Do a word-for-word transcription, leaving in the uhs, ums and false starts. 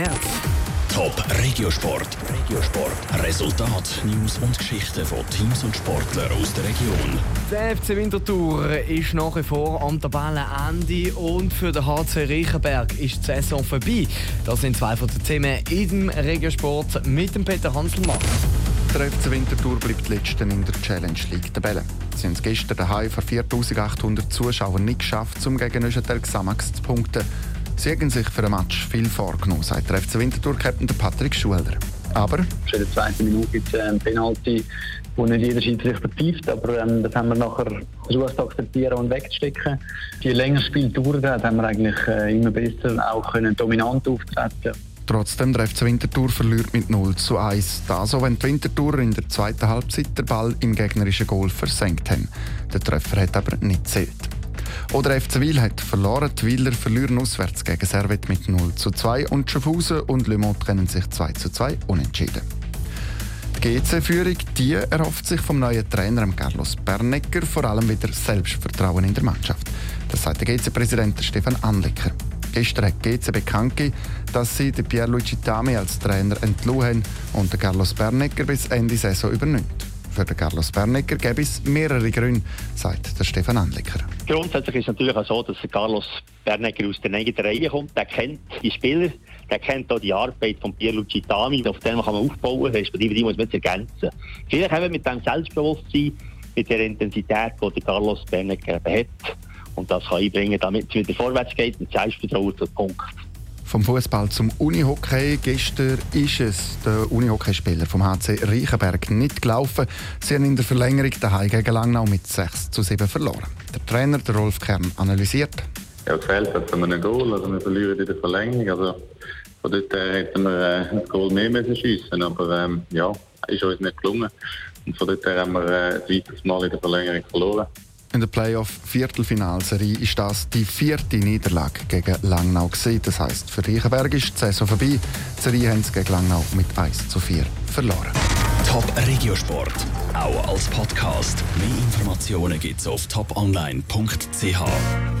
Top Regiosport. Regiosport. Resultat, News und Geschichten von Teams und Sportlern aus der Region. Der F C Winterthur ist nach wie vor am Tabellenende und für den H C Reichenberg ist die Saison vorbei. Das sind zwei von den Themen in dem Regiosport mit dem Peter Hanselmann. Der F C Winterthur bleibt letzter in der Challenge League-Tabelle. Sie haben es gestern daheim vor viertausendachthundert Zuschauern nicht geschafft, um gegen Neuchâtel Xamax zu punkten. Sie haben sich für den Match viel vorgenommen, sagt der F C Winterthur-Captain Patrick Schuler. Aber in der zweiten Minute gibt es einen Penalty, den nicht jeder Schiedsrichter vertieft, aber ähm, das haben wir nachher versucht zu akzeptieren und wegzustecken. Je länger das Spiel gedauert hat, haben wir eigentlich äh, immer besser auch können dominant auftreten. Trotzdem, der F C Winterthur verliert mit null zu eins. Das auch, wenn die Winterthurer in der zweiten Halbzeit den Ball im gegnerischen Goal versenkt haben. Der Treffer hat aber nicht gezählt. Oder F C Wil hat verloren. Die Wiler verlieren auswärts gegen Servette mit null zu zwei und Schaffhausen und Le Mans trennen sich zwei zu zwei unentschieden. Die G C-Führung die erhofft sich vom neuen Trainer Carlos Bernecker vor allem wieder Selbstvertrauen in der Mannschaft. Das sagt der G C-Präsident Stefan Anliker. Gestern hat die G C bekannt gegeben, dass sie den Pierluigi Tami als Trainer entlassen haben und den Carlos Bernecker bis Ende Saison übernimmt. Für den Carlos Bernecker gäbe es mehrere Gründe, sagt der Stefan Anliker. Grundsätzlich ist es natürlich auch so, dass der Carlos Bernecker aus der eigenen Reihe kommt. Der kennt die Spieler, der kennt auch die Arbeit von Pierluigi Tami. Auf dem kann man aufbauen, respektive die muss man jetzt ergänzen. Vielleicht haben wir mit dem Selbstbewusstsein, mit der Intensität, die der Carlos Bernecker hat, und das kann einbringen, damit es wieder vorwärts geht und Selbstvertrauen zu Punkt. Vom Fußball zum Unihockey. Gestern ist es der Unihockeyspieler vom H C Reichenberg nicht gelaufen. Sie haben in der Verlängerung daheim gegen Langnau mit sechs zu sieben verloren. Der Trainer, der Rolf Kern, analysiert. Ja, gefällt hat wir ein Goal, also wir verlieren in der Verlängerung. Also von dort her hätten wir äh, ein Goal mehr müssen schiessen, aber ähm, ja, ist uns nicht gelungen. Und von dort her haben wir äh, ein weiteres Mal in der Verlängerung verloren. In der Playoff-Viertelfinalserie ist das die vierte Niederlage gegen Langnau gewesen. Das heisst, für Reichenberg ist die Saison vorbei. Die Serie haben sie gegen Langnau mit eins zu vier verloren. Top Regiosport, auch als Podcast. Mehr Informationen gibt's auf top online punkt c h.